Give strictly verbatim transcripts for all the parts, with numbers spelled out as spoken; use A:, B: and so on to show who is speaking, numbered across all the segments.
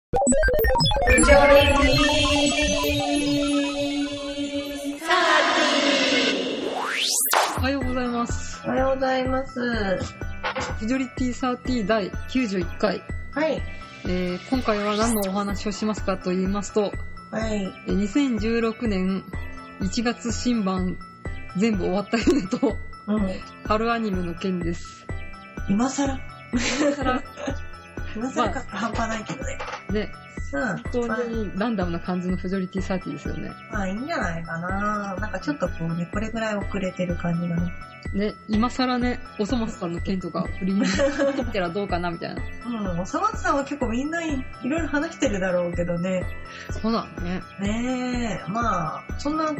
A: フジョリティサーティー。
B: おはようございます。
A: おはようございます。
B: フジョリティサーティーだいきゅうじゅういっかい。
A: はい。
B: えー、今回は何のお話をしますかと言いますと、
A: はい。
B: にせんじゅうろくねんいちがつ新版全部終わったよねと、
A: うん。
B: 春アニメの件です。
A: 今更
B: 今更
A: 今更か半端ないけどね。
B: ね、
A: うん。
B: 本当にランダムな感じのフジョリティサーティーですよね。
A: まあいいんじゃないかな。なんかちょっとこうね、これぐらい遅れてる感じがね。
B: ね、今更ね、おそ松さんの件とか振りに切ったらどうかなみたいな。
A: うん、おそ松さんは結構みんない、いろいろ話してるだろうけどね。
B: そうだね。
A: ねえ、まあ、そんな、うん、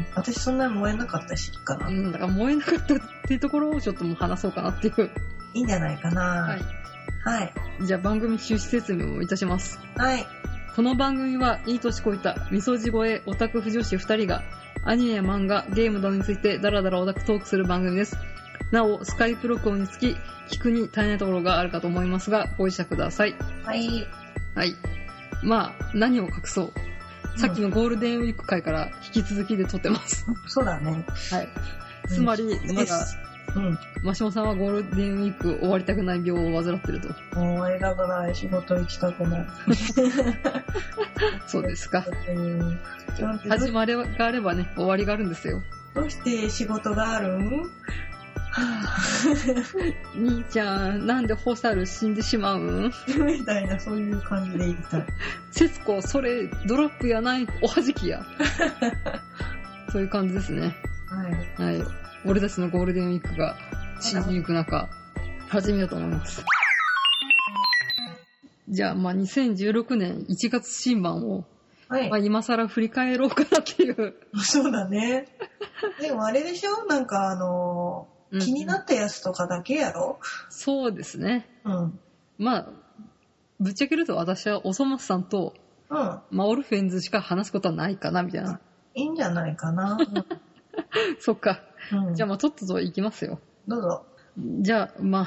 A: 私そんなに燃えなかったし、かな。
B: うん、だから燃えなかったっていうところをちょっともう話そうかなっていう。
A: いいんじゃないかな。
B: はい。
A: はい。
B: じゃあ番組趣旨説明をいたします。
A: はい。
B: この番組はいい年こいたみそじ声オタク婦女子ふたりがアニメや漫画、ゲームなどについてダラダラオタクトークする番組です。なお、スカイプ録音につき聞くに大変なところがあるかと思いますがご容赦ください。
A: はい。
B: はい。まあ、何を隠そう。さっきのゴールデンウィーク回から引き続きで撮ってます。
A: そうだね。
B: はい。つまり、
A: うん、
B: まだ、
A: うん。
B: マシモさんはゴールデンウィーク終わりたくない病を患ってると。
A: もう偉くない、仕事行きたくない。
B: そうですか。
A: うん
B: 始まりがあればね、終わりがあるんですよ。
A: どうして仕事があるん？はぁ
B: 兄ちゃん、なんでホサル死んでしまうん
A: みたいな、そういう感じで言いたい。
B: 節子、それ、ドロップやない、おはじきや。そういう感じですね。
A: はい。
B: はい。俺たちのゴールデンウィークが死にゆく中、始めようと思います。じゃあ、まあ、にせんじゅうろくねんいちがつ新版を、
A: はい。
B: まあ、今更振り返ろうかなっていう。
A: そうだね。でもあれでしょ？なんかあのー、気になったやつとかだけやろ？
B: そうですね。
A: うん。
B: まあ、ぶっちゃけると私はおそ松さんと、
A: うん。
B: まあ、オルフェンズしか話すことはないかな、みたいな。
A: いいんじゃないかな。
B: そっか。
A: うん。
B: じゃあ、まあ、とっとと行きますよ。
A: どうぞ。
B: じゃあ、まあ、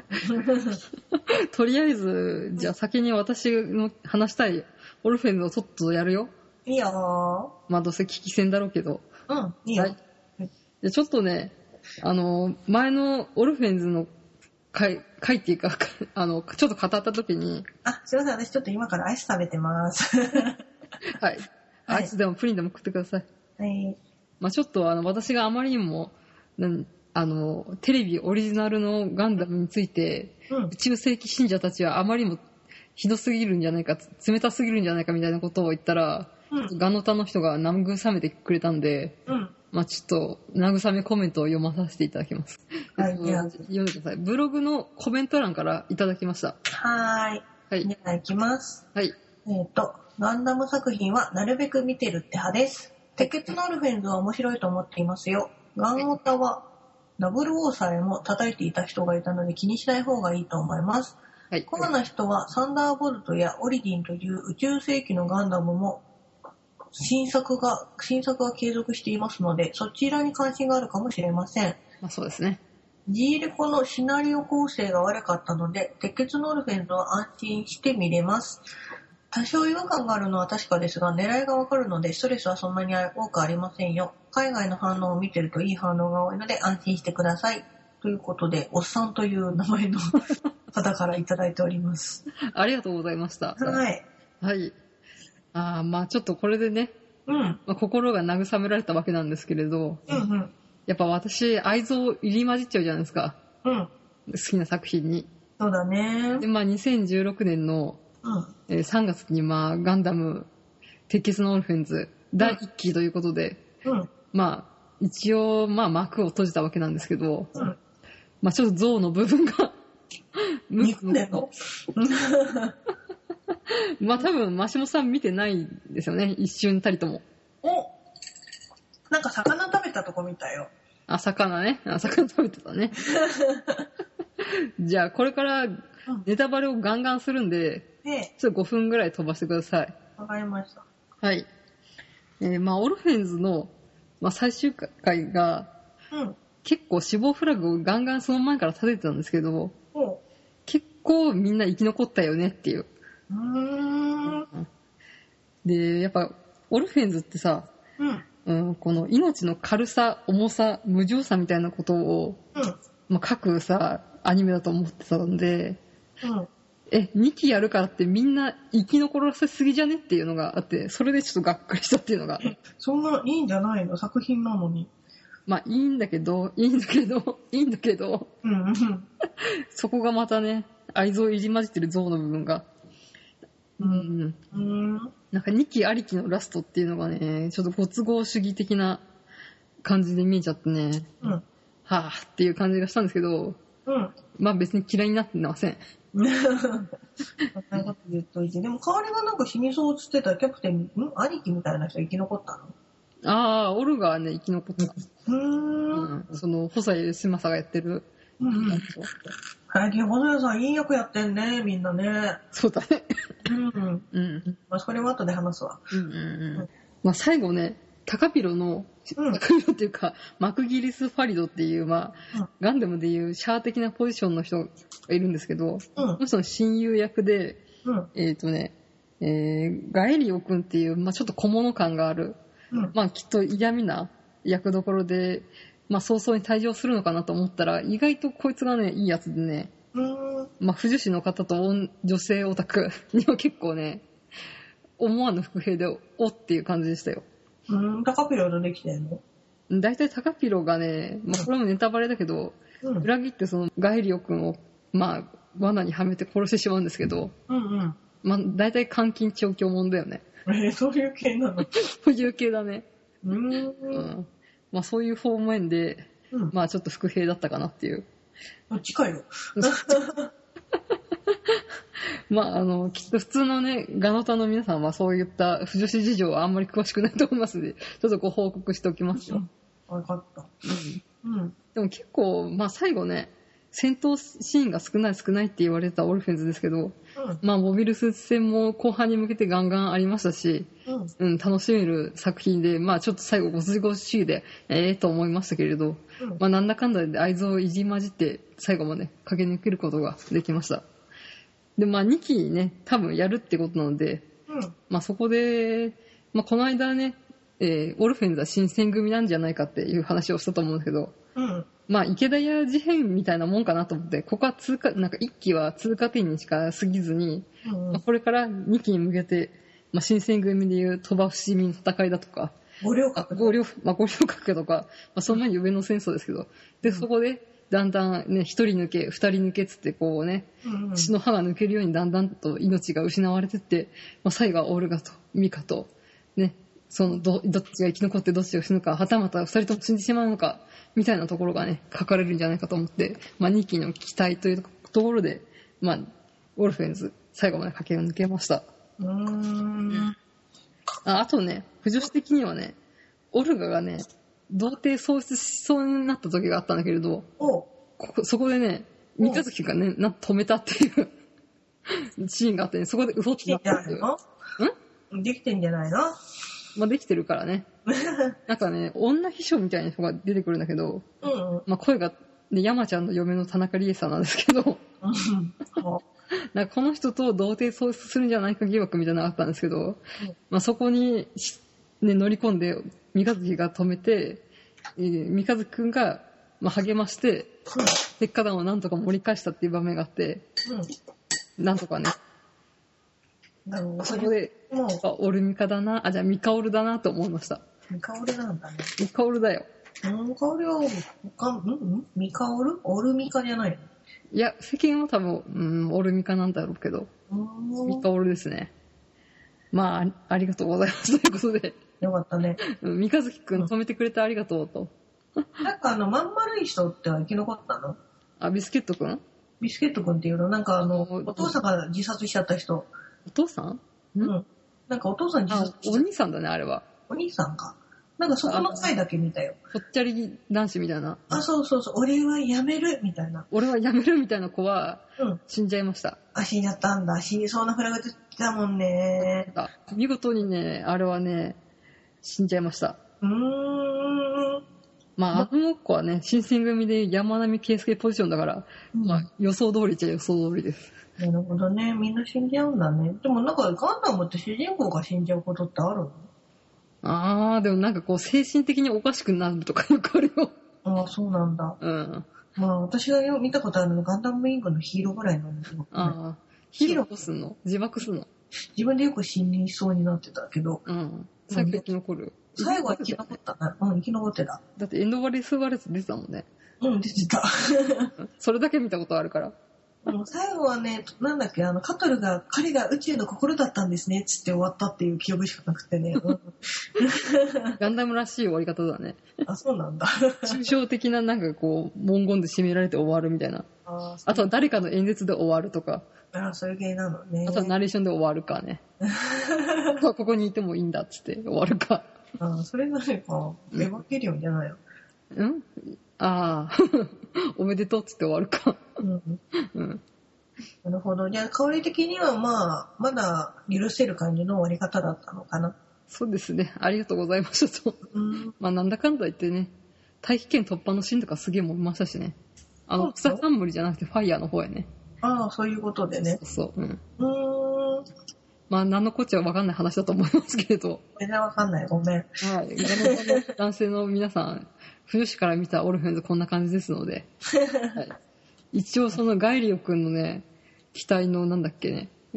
B: とりあえず、じゃあ先に私の話したいオルフェンズをとっととやるよ。
A: いいよ
B: まあ、どうせ聞き戦だろうけど。
A: ー。うん、いいよ。
B: はい。でちょっとね、あの、前のオルフェンズの回、回っていうか、あの、ちょっと語った時に。
A: あ、すいません、私ちょっと今からアイス食べてます。
B: はい。アイスでもプリンでも食ってください。
A: はい。
B: まあ、ちょっとあの、私があまりにも、なんあの、テレビオリジナルのガンダムについて、うん、宇宙世紀信者たちはあまりにもひどすぎるんじゃないか、冷たすぎるんじゃないかみたいなことを言ったら、うん、ガノタの人が慰めてくれたんで、うん、まあちょっと慰めコメントを読まさせていただきます。はい、読んでください。ブログのコメント欄からいただきました。
A: はーい。はい。では行きます。
B: はい。
A: えっと、ガンダム作品はなるべく見てるって派です。鉄血のオルフェンズは面白いと思っていますよ。ガンオタはダブルオーさえも叩いていた人がいたので気にしない方がいいと思います。はい、コアな人はサンダーボルトやオリジンという宇宙世紀のガンダムも新作が、新作が継続していますので、そちらに関心があるかもしれません。
B: まあそうですね。
A: G レコのシナリオ構成が悪かったので、鉄血のオルフェンズは安心して見れます。多少違和感があるのは確かですが、狙いがわかるのでストレスはそんなに多くありませんよ。海外の反応を見てるといい反応が多いので安心してください。ということで、おっさんという名前の方からいただいております。
B: ありがとうございました。
A: はい。
B: はい。ああ、まあちょっとこれでね、
A: うん。
B: まあ、心が慰められたわけなんですけれど、
A: うんうん。や
B: っぱ私、愛憎入り混じっちゃうじゃないですか。
A: うん。
B: 好きな作品に。
A: そうだね。
B: で、まあにせんじゅうろくねんの、うんえー、さんがつにまあガンダム鉄血のオルフェンズだいいっきということで、うん、まあ一応まあ幕を閉じたわけなんですけど、うん、まあちょっと象の部分が
A: 憎んでんの
B: まあ多分マシモさん見てないですよね、一瞬たりとも。
A: お、なんか魚食べたとこ見たよ。
B: あ、魚ね、あ、魚食べてたね。じゃあこれからネタバレをガンガンするんで、ね、ちょっとごふんぐらい飛ばしてください。
A: わかりました。
B: はい。えー、まあオルフェンズの、まあ、最終回が、うん、結構死亡フラグをガンガンその前から立ててたんですけど、うん、結構みんな生き残ったよねっていう。
A: うーん
B: で、やっぱ、オルフェンズってさ、
A: うん。
B: うん、この命の軽さ、重さ、無情さみたいなことを、
A: うん。
B: まあ、書くさ、アニメだと思ってたんで、
A: うん。
B: え、にきやるからってみんな生き残らせすぎじゃねっていうのがあって、それでちょっとがっかりしたっていうのが。
A: そんないいんじゃないの？作品なのに。
B: まあいいんだけど、いいんだけど、いいんだけど、
A: うんうん。
B: そこがまたね、愛憎入り混じってる像の部分が、
A: うん。うん。
B: なんかにきありきのラストっていうのがね、ちょっとご都合主義的な感じで見えちゃってね、
A: うん。
B: はぁっていう感じがしたんですけど、
A: うん。
B: まあ別に嫌いになってません。
A: そんなこと言っといて。でも代わりがなんか死にそうっつってたキャプテン、ん兄貴みたいな人生き残ったの？
B: ああ、オルガはね、生き残った。
A: うーん。
B: うん、その、細井義正がやってる。
A: うんうん。最近細谷さんいい役やってんね、みんなね。
B: そうだね。
A: うん。
B: うん。
A: まあ、それも後で話すわ。
B: うんうんうん。まあ最後ね、タカピロの、
A: うん、
B: タカピロっていうか、マクギリス・ファリドっていう、まあ、うん、ガンダムでいうシャア的なポジションの人がいるんですけど、うん、その親友役で、うん、えっ、ー、とね、えー、ガエリオ君っていう、まあちょっと小物感がある、うん、まあきっと嫌味な役どころで、まあ早々に退場するのかなと思ったら、意外とこいつがね、いいやつでね、うん、まあ不女子の方と女性オタクには結構ね、思わぬ伏兵でおっていう感じでしたよ。
A: うん、タカピロとできてんの？
B: 大体タカピロがね、まあこれもネタバレだけど、うん、裏切ってそのガエリオ君を、まあ罠にはめて殺してしまうんですけど、うんうん。まあ大体監禁調教もんだよね。
A: えー、そういう系なの？
B: そういう系だね。
A: うん。
B: うん。まあそういう方面で、うん、まあちょっと伏兵だったかなっていう。
A: どっちかよ。
B: まあ、あの、きっと普通のね、ガノタの皆さんはそういった不女子事情はあんまり詳しくないと思いますので、ちょっとご報告しておきますよ。
A: うん、わかった。
B: うん。うん。でも結構、まあ最後ね、戦闘シーンが少ない少ないって言われてたオルフェンズですけど、うん、まあモビルスーツ戦も後半に向けてガンガンありましたし、うん、うん、楽しめる作品で、まあちょっと最後ご都合主義で、ええー、と思いましたけれど、うん、まあなんだかんだで愛憎をいじまじって最後まで駆け抜けることができました。で、まあにきね、多分やるってことなので、うん、まあそこで、まあこの間ね、えー、オルフェンズは新選組なんじゃないかっていう話をしたと思うんですけど、うん、まあ池田屋事変みたいなもんかなと思って、ここは通過、なんかいっきは通過点にしか過ぎずに、うんまあ、これからにきに向けて、まあ新選組でいう鳥羽伏見の戦いだとか、
A: 五稜郭
B: 五稜、まあ五稜郭とか、まあその前に上の戦争ですけど、で、そこで、だんだんね、一人抜け、二人抜けつってこうね、うんうん、血の歯が抜けるようにだんだんと命が失われてって、まあ、最後はオルガとミカと、ね、そのど、どっちが生き残ってどっちが死ぬか、はたまた二人とも死んでしまうのか、みたいなところがね、書かれるんじゃないかと思って、まあ、にきの期待というところで、まあ、オルフェンズ、最後まで駆け抜けました。うーんあ, あとね、不女子的にはね、オルガがね、童貞喪失しそうになった時があったんだけれど、ここそこでね、三日月がね、な止めたっていうシーンがあってね、そこでうほってなったっていう。
A: んできてんじゃないの？
B: まあできてるからね。なんかね、女秘書みたいな人が出てくるんだけど、うんうん、まあ声が、ね、山ちゃんの嫁の田中理恵さんなんですけど、なんかこの人と童貞喪失するんじゃないか疑惑みたいなのがあったんですけど、うん、まあそこに、ね、乗り込んで、三日月が止めて、えー、三日月くんが、まあ、励まして、うん、鉄火弾をなんとか盛り返したっていう場面があって、うん、なんとかね。そこで、あ、オルミカだな、あ、じゃあミカオルだなと思いました。
A: ミカオルなんだね。
B: ミカオルだよ。
A: ミカオルは、んんミカオルオルミカじゃないの？
B: いや、世間は多分、うん、オルミカなんだろうけど、ミカオルですね。まあ、ありがとうございますということで。
A: よかったね。
B: 三日月くん止めてくれてありがとうと。
A: なんかあの、まん丸い人っては生き残ったの？
B: あ、ビスケットくん？
A: ビスケットくんっていうのなんかあの、お父さんが自殺しちゃった人。
B: お父さん？
A: うん。なんかお父さん自殺しちゃった。
B: お兄さんだね、あれは。
A: お兄さんか。なんかそこの回だけ見たよ。
B: ぽっちゃり男子みたいな。
A: あ、そうそうそう。俺はやめるみたいな。
B: 俺はやめるみたいな子は、死んじゃいました。
A: うん、あ、死んじゃったんだ。死にそうなフラグ出てたもんね。
B: 見事にね、あれはね、死んじゃいました。うーん。まあ、あの子はね、新選組で山並圭介ポジションだから、うん、まあ、予想通りっちゃ予想通りです。
A: なるほどね。みんな死んじゃうんだね。でもなんかガンダムって主人公が死んじゃうことってあるの？
B: あー、でもなんかこう精神的におかしくなるとかよくあるよ。
A: ああ、そうなんだ。
B: うん。
A: まあ私がよ見たことあるのガンダムウィングのヒーローぐらいなんだけど、ね。
B: ああ。ヒーローどうすんの？自爆すんの？
A: 自分でよく死にそうになってたけど。
B: うん。最後生き残る。
A: 最後は生き残ったな。うん、生き残ってた。
B: だってエンドワレスワレス出てたもんね。
A: うん、出てた。
B: それだけ見たことあるから。
A: うん、最後はね、なんだっけ、あの、カトルが、彼が宇宙の心だったんですね、つって終わったっていう記憶しかなくてね。うん、
B: ガンダムらしい終わり方だね。
A: あ、そうなんだ。
B: 抽象的ななんかこう、文言で締められて終わるみたいな。
A: あ,
B: あとは誰かの演説で終わるとか。
A: あ、そういう系なのね。
B: あとはナレーションで終わるかね。あとはここにいてもいいんだっつって終わるか。
A: ああ、それなのか。エヴァンゲリオンじゃないよ。
B: うんああ、おめでとうっつって終わるか。
A: うん。
B: うん。
A: なるほど。じゃあ、香り的にはまあ、まだ許せる感じの終わり方だったのかな。
B: そうですね。ありがとうございましたと。
A: うん。
B: まあなんだかんだ言ってね、大気圏突破のシーンとかすげえも見ましたしね。あの、草冠じゃなくてファイヤーの方やね。
A: ああ、そういうことでね。
B: そうそう。うん。
A: うーん。
B: まあ何のこっちゃわかんない話だと思いますけれど。
A: 全然わかんない。ごめん。
B: はい。男性の皆さん、冬市から見たオルフェンズこんな感じですので。はい、一応そのガイリオ君のね、機体のなんだっけね、うん、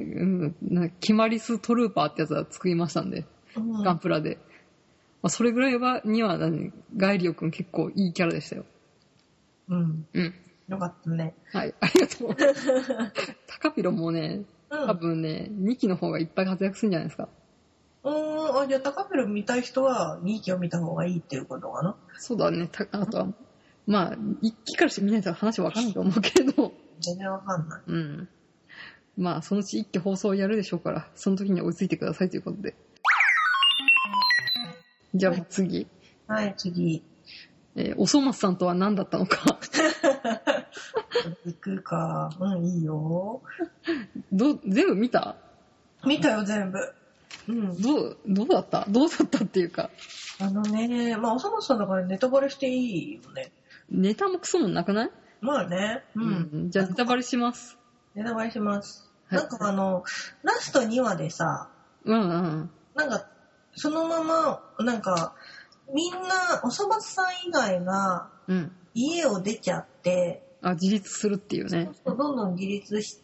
B: なキマリストルーパーってやつは作りましたんで、うん、ガンプラで。まあ、それぐらいはには何ガイリオ君結構いいキャラでしたよ。
A: うん。
B: うん。
A: よかったね。
B: はい、ありがとう。タカピロもね、多分ね、にきの方がいっぱい活躍するんじゃないですか。
A: うーん、あ、じゃあタカピロ見たい人はにきを見た方がいいっていうことかな。
B: そうだね。たあとは、まあ、いっきからして見ないと話わかんないと思うけど。
A: 全然わかんない。
B: うん。まあ、そのうちいっき放送やるでしょうから、その時には追いついてくださいということで。じゃあ次。
A: はい、次。
B: えー、おそ松さんとは何だったのか。
A: 行くか。うん、いいよ。
B: ど、全部見た？
A: 見たよ、全部。
B: うん。どう、どうだったどうだったっていうか。
A: あのね、まあ、おそ松さんだからネタバレしていいよね。
B: ネタもクソもなくない？
A: まあね。うん。うん、
B: じゃあネタバレします。
A: ネタバレします。はい、なんかあの、ラストにわでさ、
B: うんうん。
A: なんか、そのまま、なんか、みんな、おそ松さん以外が、家を出ちゃって、
B: うん、あ、自立するっていうね。
A: そうそう、どんどん自立して、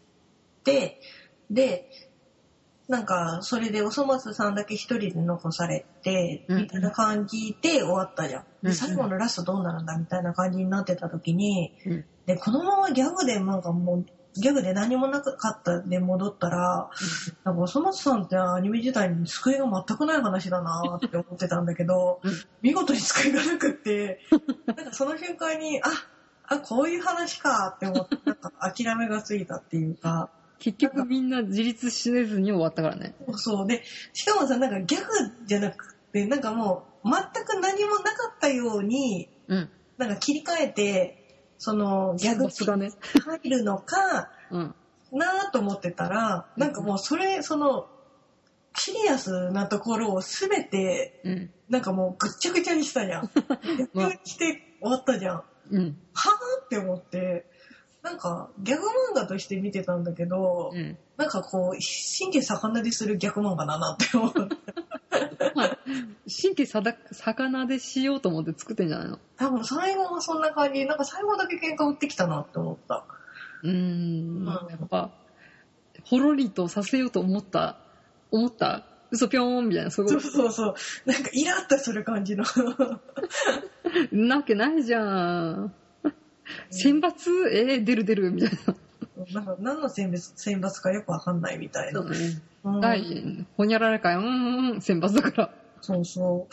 A: で、なんか、それでおそ松さんだけ一人で残されて、うん、みたいな感じで終わったじゃん。で、最後のラストどうなるんだみたいな感じになってた時に、うん、で、このままギャグでなんかもう、ギャグで何もなかったで戻ったら、うん、なんかおそ松さんってアニメ自体に救いが全くない話だなって思ってたんだけど、うん、見事に救いがなくって、なんかその瞬間に、あ、あ、こういう話かって思って、なんか諦めがついたっていうか、
B: 結局みんな自立しれずに終わったからね。
A: そうそう。で、しかもさ、なんかギャグじゃなくて、なんかもう全く何もなかったように、うん、なんか切り替えて、そのギャグに入るのか、うん、なぁと思ってたら、なんかもうそれ、その、シリアスなところをすべて、うん、なんかもうぐっちゃぐちゃにしたじゃん。逆にして終わったじゃん。うん、はぁって思って、なんか、ギャグ漫画として見てたんだけど、うん、なんかこう、神経逆なでするギャグ漫画だなって思う。
B: まあ、神経さだ逆なでしようと思って作ってんじゃないの？
A: 多分最後はそんな感じ、なんか最後だけ喧嘩売ってきたなって思った。
B: うーん、やっぱ、ほろりとさせようと思った、思った、嘘ぴょーんみたいな、
A: そうそうそうそう。なんかイラッとする感じの。
B: なわけないじゃん。選抜えー、出る出るみたいな。
A: なんか何の選抜選抜かよくわかんないみたいな。そうね。
B: うん、第ほにゃららかよ、うんうん選抜だから。
A: そうそう。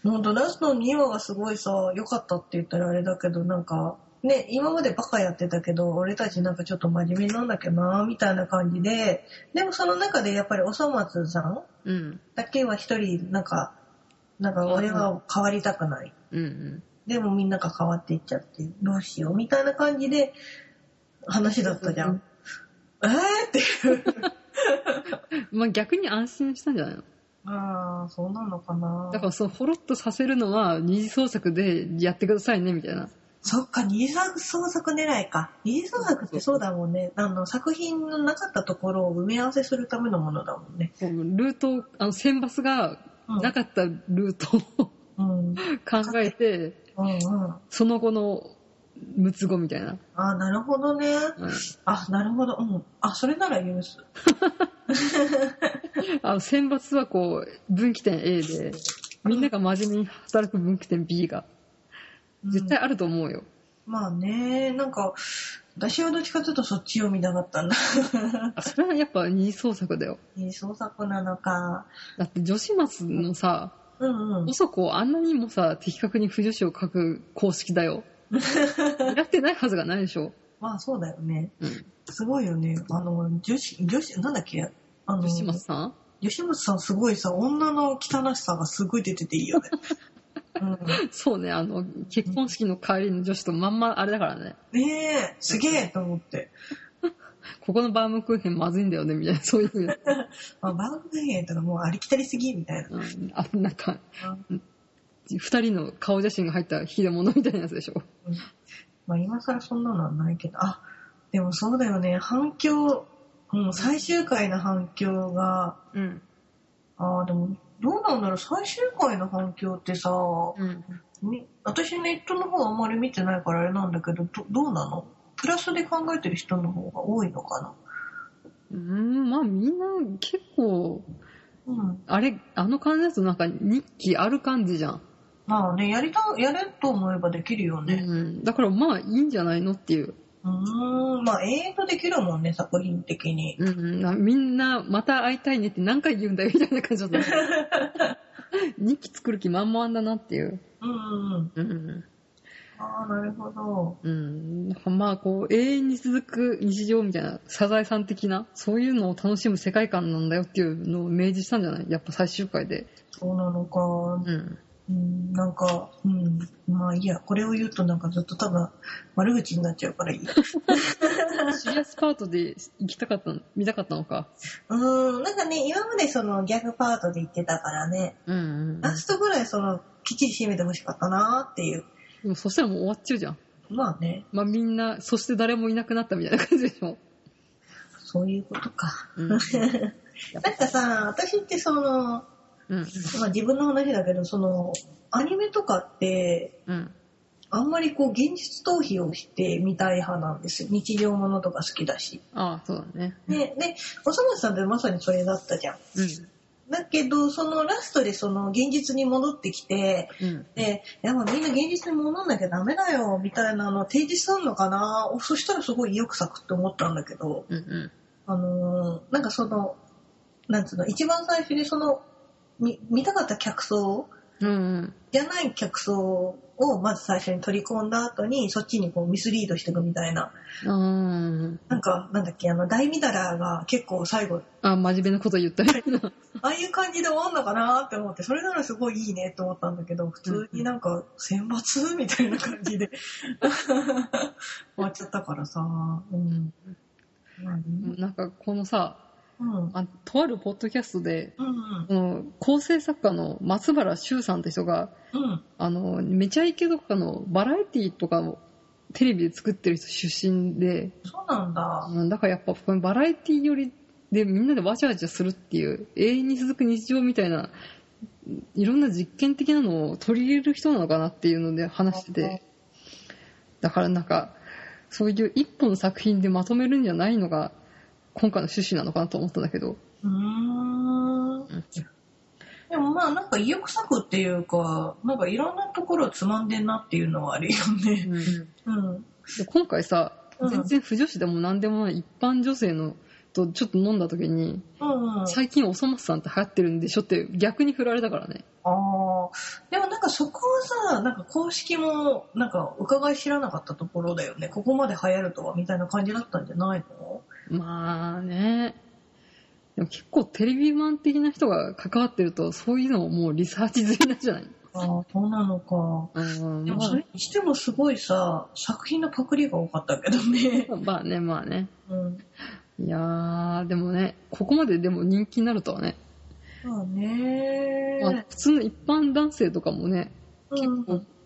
A: ほんとラストのにわがすごいさ良かったって言ったらあれだけどなんかね今までバカやってたけど俺たちなんかちょっと真面目なんだけどなみたいな感じででもその中でやっぱりおそ松さん、うん、だけは一人なんかなんか俺は変わりたくない。うんうんでもみんなが変わっていっちゃってどうしようみたいな感じで話だったじゃん。うん、えーっていう。
B: まあ逆に安心したんじゃないの？
A: ああ、そうなのかな。
B: だからそうほろっとさせるのは二次創作でやってくださいねみたいな。
A: そっか、二次創作狙いか。二次創作ってそうだもんね。あの、作品のなかったところを埋め合わせするためのものだもんね。
B: ルート、あの、選抜がなかったルートを、うん、考えて、うんうん、その後の六つ子みたいな。
A: あ、なるほどね。うん、あ、なるほど。うん。あ、それなら許す。
B: あの、選抜はこう、分岐点 A で、みんなが真面目に働く分岐点 B が。絶対あると思うよ。
A: うん、まあね、なんか、私はどっちかというとそっちを見たかったんだ。
B: あ、それはやっぱ二次創作だよ。
A: 二次創作なのか。
B: だって女子マスのさ、
A: うんうん。
B: そこあんなにもさ、的確に不女子を書く公式だよ。やってないはずがないでしょ。
A: まあそうだよね。うん。すごいよね。あの、女子、女子、なんだっけあの、
B: 吉松さん
A: 吉松さんすごいさ、女の汚しさがすごい出てていいよね。
B: うん、そうね、あの、結婚式の帰りの女子とまんまあれだからね。
A: ねえ、すげえと思って。
B: ここのバームクーヘンまずいんだよね、みたいな、そういう。
A: まあ、バームクーヘンとかもうありきたりすぎ、みたいな。
B: うん、あ、なんか、二人の顔写真が入った引き出物みたいなやつでしょ。うん、
A: まあ今更そんなのはないけど、あ、でもそうだよね、反響、うん、最終回の反響が、うん、ああ、でも、どうなんだろう、最終回の反響ってさ、うん、私ネットの方あんまり見てないからあれなんだけど、ど, どうなの？プラスで考えてる人の方が多いのかな？
B: うーん、まあみんな結構、うん、あれ、あの感じだとなんか日記ある感じじゃん。
A: まあね、やりた、やれと思えばできるよね。
B: うん、だからまあいいんじゃないのっていう。
A: うーん、まあ永遠とできるもんね、作品的に。
B: うん、みんなまた会いたいねって何回言うんだよみたいな感じだった。日記作る気満々だなっていう。
A: うんうんうん。うん、ああ、なるほど。
B: うん。まあこう、永遠に続く日常みたいな、サザエさん的な、そういうのを楽しむ世界観なんだよっていうのを明示したんじゃない？やっぱ最終回で。
A: そうなのか。うん。うん、なんか、うん。まあいいや、これを言うとなんかずっと多分悪口になっちゃうからいい。
B: シリアスパートで行きたかったの、見たかったのか。
A: うーん、なんかね、今までそのギャグパートで言ってたからね、うんうんうん、ラストぐらいその、きっちり締めてほしかったなーっていう。
B: でもそしたらもう終わっちゃうじゃん。
A: まあね。
B: まあみんな、そして誰もいなくなったみたいな感じでしょ。
A: そういうことか。うん、なんかさ、私ってその、うん、まあ自分の話だけど、その、アニメとかって、うん、あんまりこう現実逃避をしてみたい派なんですよ。日常ものとか好きだし。
B: ああ、そうだね。
A: ね、で、おそ松さんってまさにそれだったじゃん。うん。だけど、そのラストでその現実に戻ってきて、うん、で、いや、まあみんな現実に戻んなきゃダメだよ、みたいなのを提示するのかな。そしたらすごい意欲作って思ったんだけど、うんうん、あのー、なんかその、なんつうの、一番最初にその、見、見たかった客層、うんうん、じゃない客層をまず最初に取り込んだ後にそっちにこうミスリードしていくみたいな、うん、なんかなんだっけ、あの大ミダラーが結構最後
B: あ真面目なこと言ったり
A: ああいう感じで終わんのかなって思って、それならすごいいいねと思ったんだけど、普通になんか選抜みたいな感じで終わっちゃったからさ、うん、
B: なんかこのさ、うん、あとあるポッドキャストで、うんうん、構成作家の松原修さんって人が、うん、あのめちゃイケとかのバラエティとかをテレビで作ってる人出身で、
A: そうなんだ、
B: うん、だからやっぱこのバラエティよりでみんなでわちゃわちゃするっていう永遠に続く日常みたいないろんな実験的なのを取り入れる人なのかなっていうので話してて、だからなんかそういう一本の作品でまとめるんじゃないのが今回の趣旨なのかなと思ったんだけど。うーん。
A: うん、でもまあなんか意欲作っていうか、なんかいろんなところをつまんでんなっていうのはあるよね。
B: うん。うん、で今回さ、全然不女子でも何でもない一般女性のとちょっと飲んだ時に、うんうん、最近おそ松さんって流行ってるんでしょって逆に振られたからね。
A: ああ。でもなんかそこはさ、なんか公式もなんか伺い知らなかったところだよね。ここまで流行るとはみたいな感じだったんじゃないの？
B: まあね。でも結構テレビマン的な人が関わってるとそういうのももうリサーチ済みなんじゃないの？
A: ああ、そうなのか。うん、でもそれにしてもすごいさ、作品のパクリが多かったけどね。
B: まあね、まあね。うん、いやー、でもね、ここまででも人気になるとはね。
A: まあね、
B: まあ、普通の一般男性とかもね、結構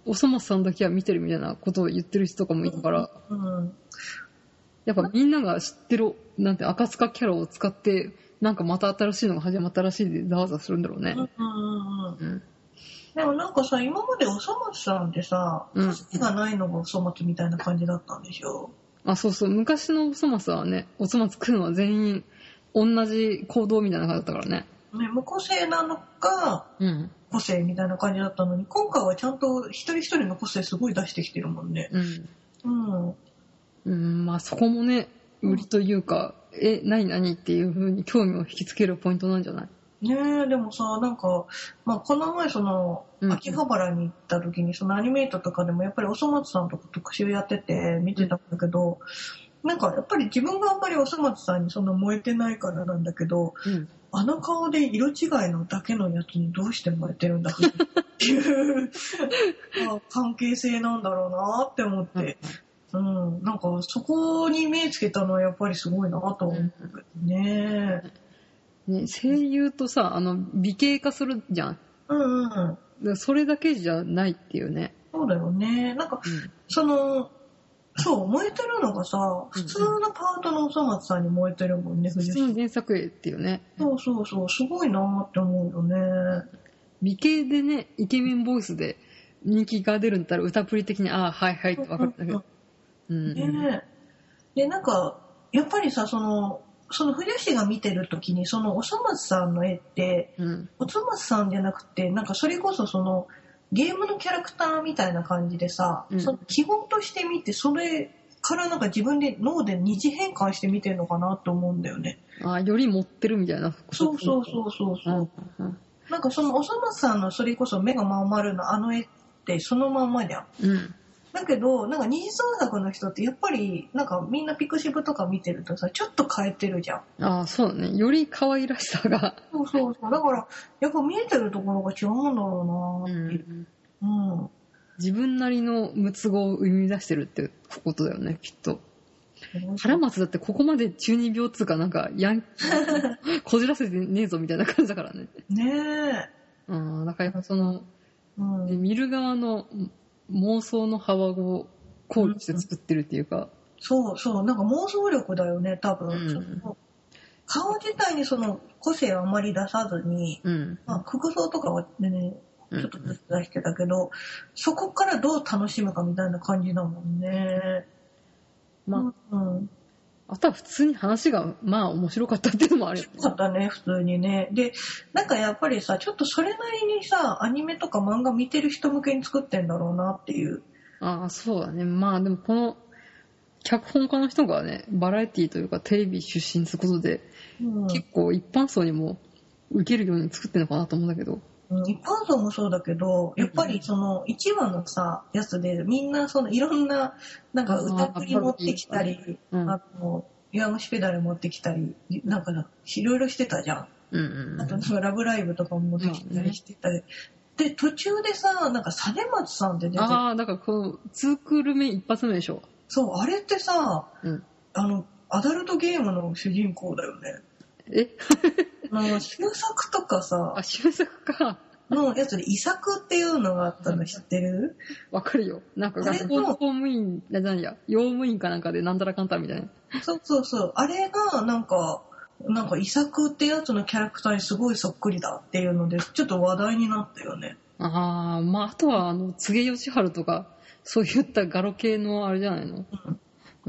B: おそ松さんだけは見てるみたいなことを言ってる人とかもいるから、うんうん、やっぱみんなが知ってる、なんて赤塚キャラを使って、なんかまた新しいのが始まったらしいでざわざわするんだろうね。うんうん
A: うんうん、でもなんかさ、今までおそ松さんってさ、個性がないのがおそ松みたいな感じだったんでしょ。
B: あ、そうそう。昔のおそ松はね、おそ松くんは全員同じ行動みたいな感じだったからね。
A: ね、無個性なのか、うん、個性みたいな感じだったのに、今回はちゃんと一人一人の個性すごい出してきてるもんね。うん。
B: うん。うん、まあそこもね、売りというか、うん、え、何何っていう風に興味を引きつけるポイントなんじゃない？
A: ねえ、でもさ、なんか、まあ、この前その、秋葉原に行った時に、そのアニメートとかでもやっぱりおそ松さんとか特集やってて見てたんだけど、うん、なんかやっぱり自分があんまりおそ松さんにそんな燃えてないからなんだけど、うん、あの顔で色違いのだけのやつにどうして燃えてるんだっていう関係性なんだろうなって思って、うん、なんかそこに目つけたのはやっぱりすごいなと思うけどね。
B: ね、声優とさ、あの、美形化するじゃん。うんうんうん。それだけじゃないっていうね。
A: そうだよね。なんか、うん、その、そう、燃えてるのがさ、普通のパートのおそ松さんに燃えてるもんね、
B: 普通の原作絵っていうね。
A: そうそうそう、すごいなって思うよね。
B: 美形でね、イケメンボイスで人気が出るんだったら歌プリ的に、ああ、はいはいって分かるんだけど。
A: うん、うん。ねえ。で、なんか、やっぱりさ、その、その藤吉が見てる時にそのおそ松さんの絵って、うん、おそ松さんじゃなくてなんかそれこそそのゲームのキャラクターみたいな感じでさ、うん、その基本として見てそれからなんか自分で脳で二次変換して見てるのかなと思うんだよね。
B: あ、より持ってるみたいな。
A: そうそうそうそうそう、うんうん、なんかそのおそ松さんのそれこそ目がまん丸なあの絵ってそのまんまじゃん。うん、だけど、なんか二次創作の人ってやっぱり、なんかみんなピクシブとか見てるとさ、ちょっと変えてるじゃん。
B: ああ、そうだね。より可愛らしさが。
A: そうそうそう。だから、やっぱ見えてるところが違うんだろうなっていう、うん。
B: うん。自分なりのムツゴを生み出してるってことだよね、きっと。原松だってここまで中二病っつうかなんか、やん、こじらせてねえぞみたいな感じだからね。
A: ね
B: え。ああ、だからやっぱその、うん、見る側の、妄想の幅を考慮して作ってるっていうか、うん、
A: そうそう、なんか妄想力だよね多分、うん、その顔自体にその個性をあまり出さずに、うん、まあ、服装とかはねちょっと出してたけど、うん、そこからどう楽しむかみたいな感じだもんね。
B: まあ、うん、あとは普通に話がまあ面白かったっていうのもあるよね。
A: 面白かったね、普通にね。で、なんかやっぱりさ、ちょっとそれなりにさ、アニメとか漫画見てる人向けに作ってんだろうなっていう。
B: ああ、そうだね。まあでもこの脚本家の人がね、バラエティというかテレビ出身することで、うん、結構一般層にも受けるように作ってるのかなと思うんだけど。
A: うん、一般層もそうだけど、やっぱりそのいちわのさ、やつでみんなそのいろんな、なんか歌プリ持ってきたり、あ、うん、あと、弱虫ペダル持ってきたり、なんかいろいろしてたじゃん。うんうんうん、あとなんかラブライブとかも持ってきたりしてたり。うん、で、途中でさ、なんか実松さんって出て
B: ああ、だからこのツークール目一発目でしょ。
A: そう、あれってさ、うん、あの、アダルトゲームの主人公だよね。
B: え
A: あの、終作とかさ、
B: あ、終作か。
A: のやつで遺作っていうのがあったの知ってる？
B: わかるよ。なんか学校の公務員、じゃないや、用務員かなんかでなんたらかんたらみたいな。
A: そうそうそう。あれがなんか、なんか遺作ってやつのキャラクターにすごいそっくりだっていうので、ちょっと話題になったよね。
B: ああ、まああとはあの、柘植義治とか、そういったガロ系のあれじゃないの？うん。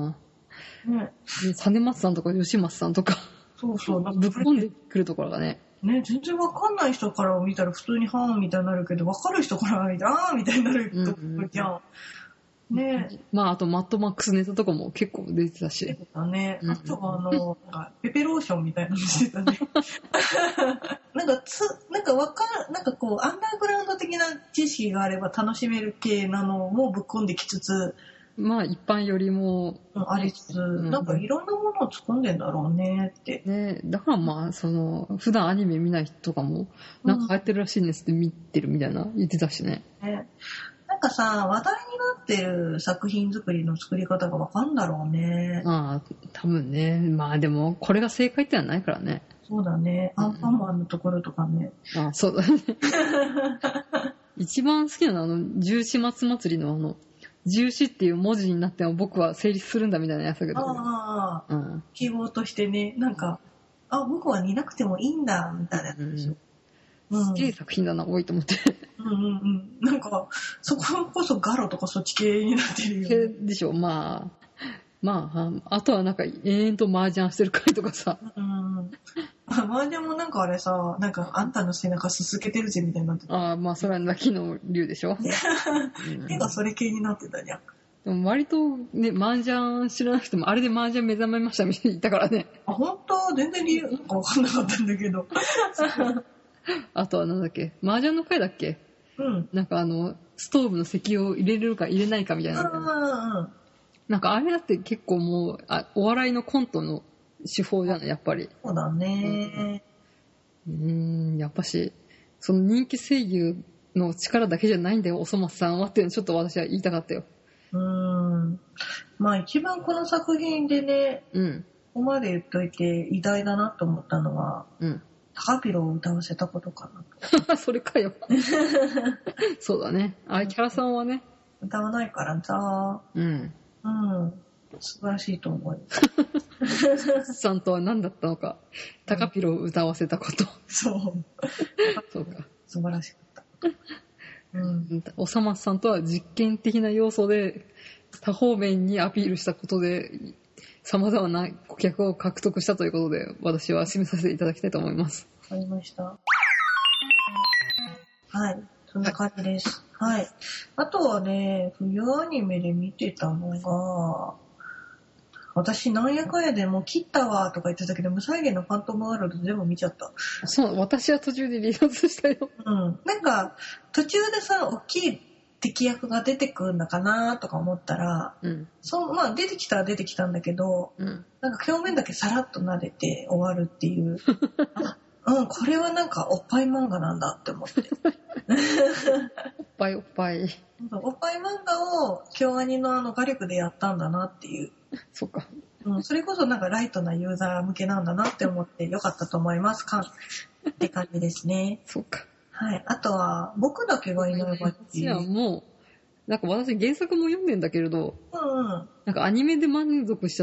B: うーん。ね。実松さんとか吉松さんとか。
A: そうそう。
B: ぶっ込んでくるところがね。
A: ね、全然わかんない人から見たら普通にはぁみたいになるけど、わかる人から見たらあーみたいになるとこじゃん。うんうん、ね。
B: まあ、あとマッドマックスネタとかも結構出てたし。出
A: てたね。あとはあの、なんかペペローションみたいなのしてたね。なんかつ、なんかわかる、なんかこう、アンダーグラウンド的な知識があれば楽しめる系なのもぶっ込んできつつ、
B: まあ一般よりも
A: ありつつ、うん、なんかいろんなものを突っ込んでんだろうねって。
B: ね、だからまあその普段アニメ見ない人とかもなんか流行ってるらしいんですって見てるみたいな言ってたしね。
A: ね、なんかさ、話題になってる作品作りの作り方がわかんだろうね。
B: ああ、多分ね。まあでもこれが正解ってのはないからね。
A: そうだね。アンパンマンのところとかね。
B: うん、ああ、そうだね。 一番好きなのはあの、十四松祭りのあの、十四っていう文字になっても僕は成立するんだみたいなやつだけど。
A: ああ、
B: うん。
A: 希望としてね、なんか、あ、僕は似なくてもいいんだ、みたいなやつでしょ。
B: うん。すげえ作品だな、多いと思って。
A: うんうんうん。なんか、そここそガロとかそっち系になってるよね。
B: でしょ、まあ。まあ、あとはなんか、延々と麻雀してる回とかさ。
A: うん。麻雀もなんかあれさ、なんかあんたの背中すすけてるぜみたいになってた。
B: ああ、まあそれは泣きの竜でしょ。
A: 手がそれ系になってたじゃん。
B: でも割とね、麻雀知らなくても、あれで麻雀目覚めましたみたいに言ったからね。
A: あ、本当全然理由なんかわかんなかったんだけど。
B: あとはなんだっけ、麻雀の回だっけ。
A: うん。
B: なんかあの、ストーブの石を入れれるか入れないかみたいな。
A: うん。
B: なんかあれだって結構もう、あ、お笑いのコントの手法じゃない、やっぱり。
A: そうだね。
B: うーん、やっぱし、その人気声優の力だけじゃないんだよ、おそ松さんはっていうのちょっと私は言いたかったよ。
A: うーん。まあ一番この作品でね、
B: うん。
A: ここまで言っといて偉大だなと思ったのは、
B: うん。
A: 高ピロを歌わせたことか
B: な。それかよ。そうだね。あれ、キャラさんはね。
A: 歌わないからさ、
B: うん。
A: うん。素晴らしいと思う。
B: さんとは何だったのか。高ピロを歌わせたこと。
A: そう。
B: そうか。
A: 素晴らしかった。うん。
B: おさまさんとは実験的な要素で多方面にアピールしたことで様々な顧客を獲得したということで私は締めさせていただきたいと思います。
A: わかりました。はい。そんな感じです。はい。あとはね、冬アニメで見てたのが、私なんやかんやでもう切ったわとか言ってたけど、無再現のファントムワールド全部見ちゃった。
B: そう、私は途中で離脱したよ。
A: うん。なんか、途中でさ、大きい敵役が出てくるんだかなとか思ったら、
B: うん。
A: そう、まあ出てきたら出てきたんだけど、
B: うん。
A: なんか表面だけさらっと撫でて終わるっていう。あ、うん、これはなんかおっぱい漫画なんだって思って。
B: おっぱいおっぱい。
A: おっぱい漫画を京アニのあの画力でやったんだなっていう。
B: そっか。
A: うん、それこそなんかライトなユーザー向けなんだなって思ってよかったと思いますかって感じですね。
B: そっか。
A: はい。あとは、僕だけがいないわって
B: いや、もう、なんか私原作も読んでんだけれど、
A: うんうん。
B: なんかアニメで満足しちゃって、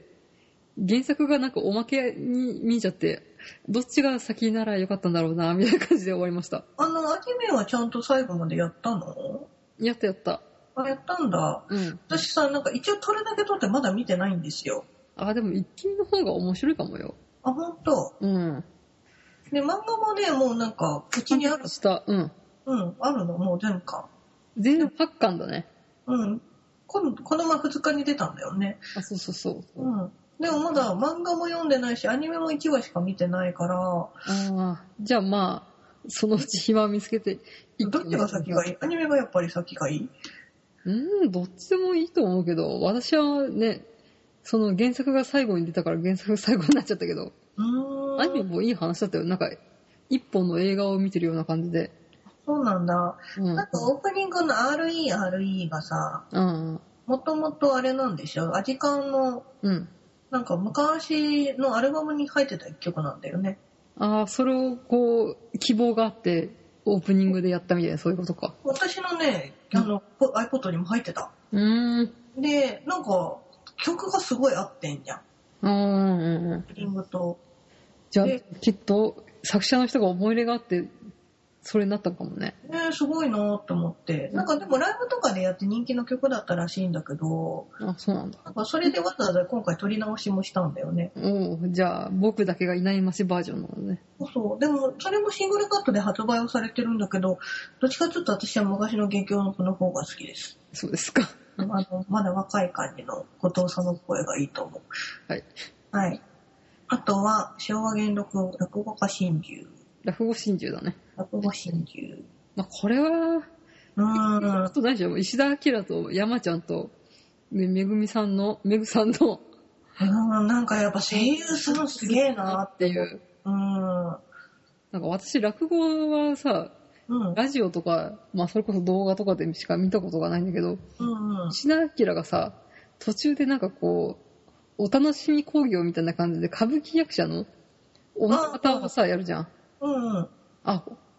B: 原作がなんかおまけに見ちゃって、どっちが先ならよかったんだろうな、みたいな感じで終わりました。
A: あの、アニメはちゃんと最後までやったの？
B: やったやった。
A: あ、やったんだ。
B: うん。
A: 私さ、なんか一応撮るだけ撮ってまだ見てないんですよ。
B: あ、でも一気見の方が面白いかもよ。
A: あ、ほんと。
B: うん。
A: で、漫画もね、もうなんか、うちにある。
B: した。うん。
A: うん、あるの、もう全巻。
B: 全然はち巻だね。
A: うん。この、この前ふつかに出たんだよね。
B: あ、そうそうそう。
A: うん。でもまだ漫画も読んでないし、アニメもいちわしか見てないから。
B: ああ、じゃあまあ、そのうち暇見つけて
A: どっちが先がいい？アニメがやっぱり先がいい？
B: うん、どっちでもいいと思うけど、私はね、その原作が最後に出たから原作が最後になっちゃったけど、
A: うーん。
B: アニメもいい話だったよ。なんか、一本の映画を見てるような感じで。
A: そうなんだ。
B: うん。
A: なんかオープニングの アールイーアールイー がさ、
B: うん。
A: もともとあれなんでしょ？アジカンの、
B: うん。
A: なんか昔のアルバムに入ってた一曲なんだよね。
B: ああ、それをこう、希望があって、オープニングでやったみたいな、そういうことか。
A: 私のね、あの、iPod にも入ってた。
B: うーん。
A: で、なんか、曲がすごい合ってんじゃん。
B: うんうんうん。
A: オープニングと。
B: じゃあ
A: で、
B: きっと、作者の人が思い入れがあって、それになったのかもね。
A: ね、すごいなと思って。なんかでもライブとかでやって人気の曲だったらしいんだけど、
B: あ、そうなんだ。
A: なんかそれでわざわざ今回撮り直しもしたんだよね。
B: おう、じゃあ、僕だけがいないましバージョンなのね。
A: そうそう。でも、それもシングルカットで発売をされてるんだけど、どっちかというと私は昔の元凶の子の方が好きです。
B: そうですか。
A: あの、まだ若い感じの後藤さんの声がいいと思う。
B: はい。
A: はい。あとは、昭和元禄落語家真珠。
B: 落語真珠だね。
A: 落語真珠。
B: まあ、これは、
A: うーん。
B: とないでしょ。石田明と山ちゃんと、め、めぐみさんの、めぐさんの、
A: うん、なんかやっぱ声優さんすげえなっていう。うん。
B: なんか私、落語はさ、
A: うん。
B: ラジオとか、まあそれこそ動画とかでしか見たことがないんだけど、
A: うんうん。
B: 石田明がさ、途中でなんかこう、お楽しみ興行みたいな感じで歌舞伎役者の女方をさ、やるじゃん。
A: うんうん。
B: あ、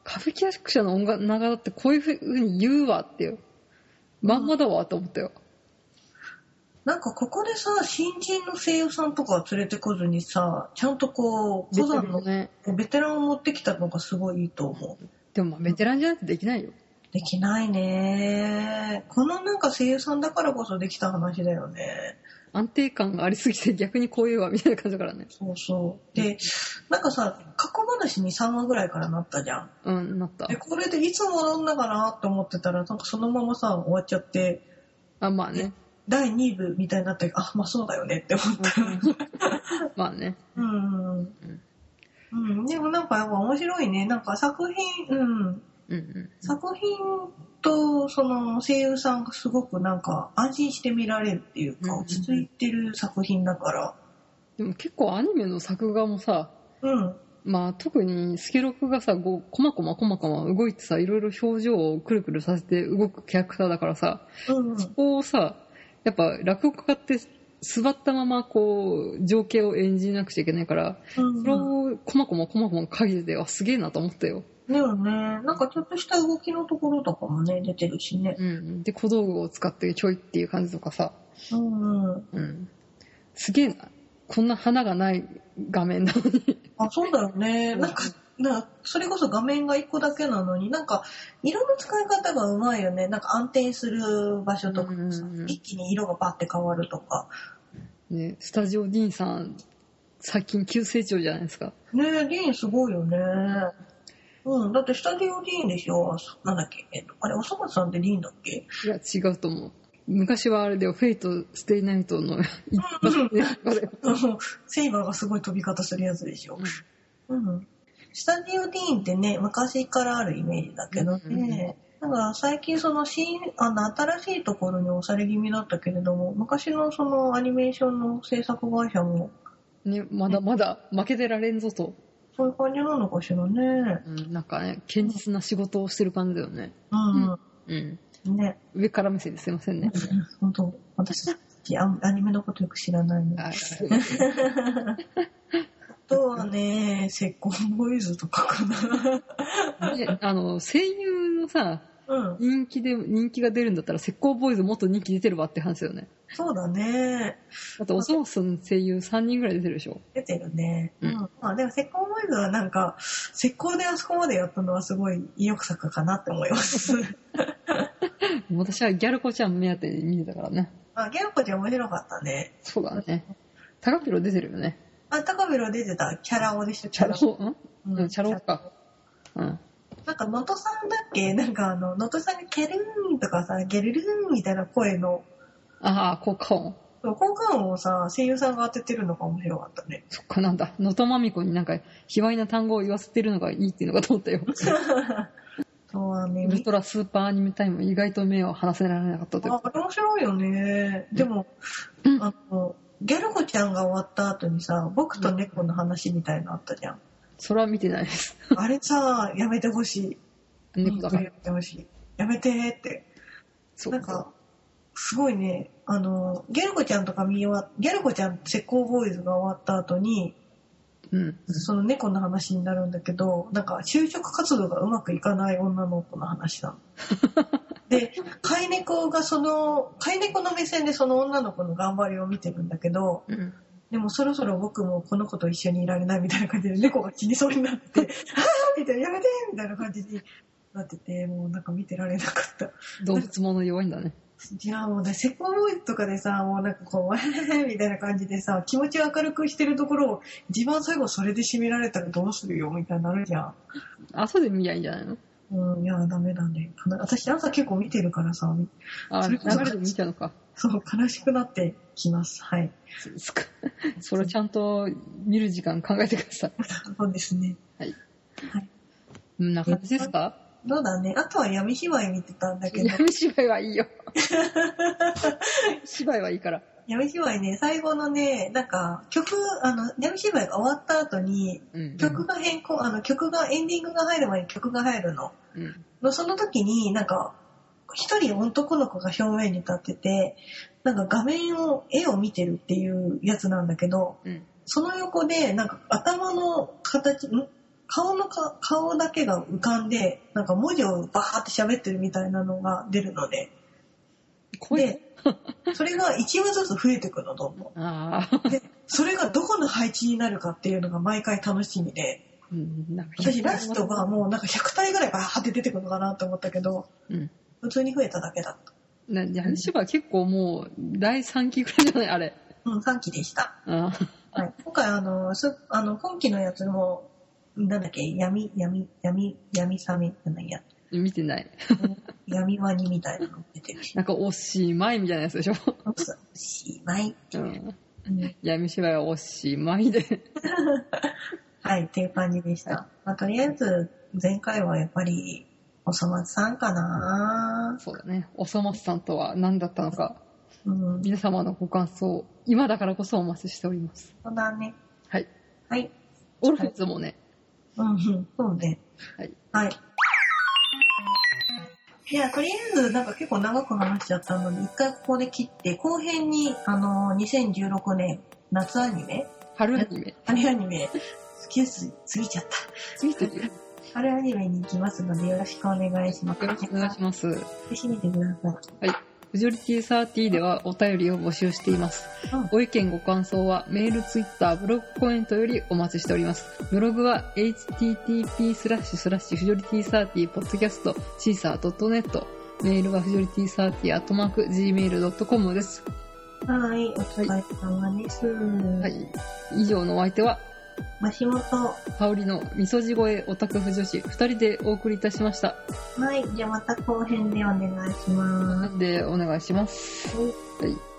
B: 歌舞伎役者の女だってこういうふうに言うわっていう。まんまだわと思ったよ。
A: なんかここでさ、新人の声優さんとか連れてこずにさ、ちゃんとこう、登山のベテランを持ってきたのがすごいいいと思う。
B: でもベテランじゃなくてできないよ。
A: できないね。このなんか声優さんだからこそできた話だよね。
B: 安定感がありすぎて逆にこういうわみたいな感じだからね。
A: そうそう。で、なんかさ、過去話にさんわぐらいからなったじゃん。
B: うん、なった。
A: で、これでいつもなんだかなって思ってたら、なんかそのままさ、終わっちゃって。
B: あ、まあね。
A: だいに部みたいになってあ、まあそうだよねって思った。
B: まあね。
A: うん。うん。うん。でもなんかやっぱ面白いね。なんか作品、うん。うんうん、作品とその声優さんがすごくなんか安心して見られるっていうか、落ち着いてる作品だから。
B: でも結構アニメの作画もさ、
A: うん。ま
B: あ特にスケロクがさ、こう、こまこまこまこま動いてさ、いろいろ表情をくるくるさせて動くキャラクターだからさ、うんうん、そこをさ、やっぱ落語家って座ったままこう情景を演じなくちゃいけないから、うんうん、それをこまこまこまこま書いてて、あ、すげえなと思ったよ。
A: だよね。なんかちょっとした動きのところとかもね、出てるしね。
B: うん。で、小道具を使ってちょいっていう感じとかさ。うんうん。うん。すげえな。こんな花がない画面なのに。
A: あ、そうだよね。なんか、なそれこそ画面がいっこだけなのに、なんか、色の使い方がうまいよね。なんか安定する場所とかさ、うんうん、一気に色がバッて変わるとか。
B: ね、スタジオディーンさん、最近急成長じゃないですか。
A: ねえ、ディーンすごいよね。うん、だってスタジオディーンでしょ。なんだっけ、えっと、あれ、おそ松さんってディーンだっけ？
B: いや、違うと思う。昔はあれでフェイト、ステイナイトの一発で、
A: セイバーがすごい飛び方するやつでしょ。うん。うん、スタジオディーンってね、昔からあるイメージだけどね。だから最近その新、あの、新しいところに押され気味だったけれども、昔のそのアニメーションの制作会社も。
B: ね、まだまだ負けてられんぞと。
A: そういう感じなのかしらね。
B: うん、なんかね、堅実な仕事をしてる感じだよね。
A: うん。うん。
B: うん
A: ね、
B: 上から目線ですいませんね。
A: 本当、私アニメのことよく知らないの。あとはね、石膏ボーイズとかか
B: な。で、あの声優のさ、うん、人気で人気が出るんだったら石膏ボーイズもっと人気出てるわって話だよね。
A: そうだね。
B: だっておそ松さんの声優さんにんぐらい出てるでしょ。
A: 出てるね。うん。うん、まあでも石膏ボーイズはなんか石膏であそこまでやったのはすごい意欲作かなって思います。
B: 私はギャル子ちゃん目当てに見てたからね。
A: あ、ギャル子ちゃん面白かったね。
B: そうだね。タカピロ出てるよね。
A: あ、タカピロ出てた。キャラ男でした。
B: キャラ男んうん、キャラ男か。
A: うん。なんか、能登さんだっけなんかあの、能登さんがキャルーンとかさ、ゲルルーンみたいな声の。
B: ああ、効果音。
A: そう、効果音をさ、声優さんが当ててるのが面白かったね。
B: そっか、なんだ。能登まみこになんか、卑猥な単語を言わせてるのがいいっていうのかと思ったよ。そうね。ウルトラスーパーアニメタイム意外と目を離せられなかったというか。
A: あ、面白いよね。でも、うん、あの、ギャル子ちゃんが終わった後にさ、僕と猫の話みたいなのあったじゃん。
B: それは見てないです。
A: あれさ、やめてほしい。
B: 猫だから。
A: やめてほしい。やめてって。そうなんか、すごいね、あの、ギャル子ちゃんとか見終わ、ギャル子ちゃん石膏ボーイズが終わった後に、うん、その猫の話になるんだけど、なんか就職活動がうまくいかない女の子の話なの。で、飼い猫がその、飼い猫の目線でその女の子の頑張りを見てるんだけど、うん、でもそろそろ僕もこの子と一緒にいられないみたいな感じで猫が死にそうになってて、はぁみたいな、やめてみたいな感じになってて、もうなんか見てられなかった。
B: 動物もの弱いんだね。
A: いやもうね、石膏ボーイズとかでさ、もうなんかこう、わーみたいな感じでさ、気持ちを明るくしてるところを、一番最後それで締められたらどうするよみたいになるじゃん。
B: 朝で見りゃいいんじゃないの？
A: うん、いや、ダメだね。私朝結構見てるからさ、
B: あ、それ流れで見ちゃうのか。
A: そう、悲しくなってきます。はい。
B: そうですか。それちゃんと見る時間考えてください。
A: そうですね。
B: はい。はい。こんな感じですか？
A: そうだね。あとは闇芝居見てたんだけど。
B: 闇芝居はいいよ。芝居はいいから。
A: 闇芝居ね、最後のね、なんか、曲、あの、闇芝居が終わった後に、うんうん、曲が変更、あの、曲が、エンディングが入る前に曲が入るの。うん、のその時に、なんか、一人男の子が正面に立ってて、なんか画面を、絵を見てるっていうやつなんだけど、うん、その横で、なんか頭の形、ん顔のか、顔だけが浮かんで、なんか文字をバーって喋ってるみたいなのが出るので、で、それが一話ずつ増えてくの、どんどん。
B: あ
A: で、それがどこの配置になるかっていうのが毎回楽しみで、
B: うん、なんか
A: 私ラストがもうなんかひゃく体ぐらいバーって出てくるのかなと思ったけど、
B: うん、
A: 普通に増えただけだった。
B: な闇芝居結構もうだいさんきぐらいじゃないあれ。
A: うん、さんきでした。
B: あ
A: はい、今回あの、すあの今期のやつも、なんだっけ、闇、闇、闇、闇サメじゃないや。
B: 見てない。
A: 闇ワニみたいなの出てるし。
B: なんかおしまいみたいなやつでしょ。
A: おしまいっていう。
B: うんうん、闇芝居はおしまいで。
A: はい、っていう感じでした。はい、まあ、とりあえず、前回はやっぱり、おそ松さんかな。
B: そうだね。おそ松さんとは何だったのか、
A: うん、皆
B: 様のご感想、今だからこそお待ちしております。
A: そうだね。
B: はい。
A: はい。
B: オルフェンズもね。
A: はい、うん、うん、そうね。
B: はい。
A: はい。いや、とりあえず、なんか結構長く話しちゃったので、一回ここで切って、後編に、あの、にせんじゅうろくねん、夏アニメ
B: 春アニメ
A: 春アニメ。季節過ぎちゃった。
B: 過ぎてるよ。
A: 春アニメに行きますので、よろしくお願いします。
B: よろしくお願いします。ぜ
A: ひ見てくださ
B: い。はい。フジョリティサーティーではお便りを募集しています。うん、ご意見ご感想はメール、ツイッター、ブログコメントよりお待ちしております。ブログは エイチティーティーピースラッシュスラッシュフジョリティサーティーポッドキャストシーサードットネット。メールはフジョリティサーティーアットマークジーメールドットコムです。
A: はい、お疲れ様です。
B: はい。以上のお相手は
A: 増本
B: 香りの味噌地声オタク婦女子ふたりでお送りいたしました。
A: はい、じゃあまた後編でお願いします。
B: でお願いします。
A: はい。
B: はい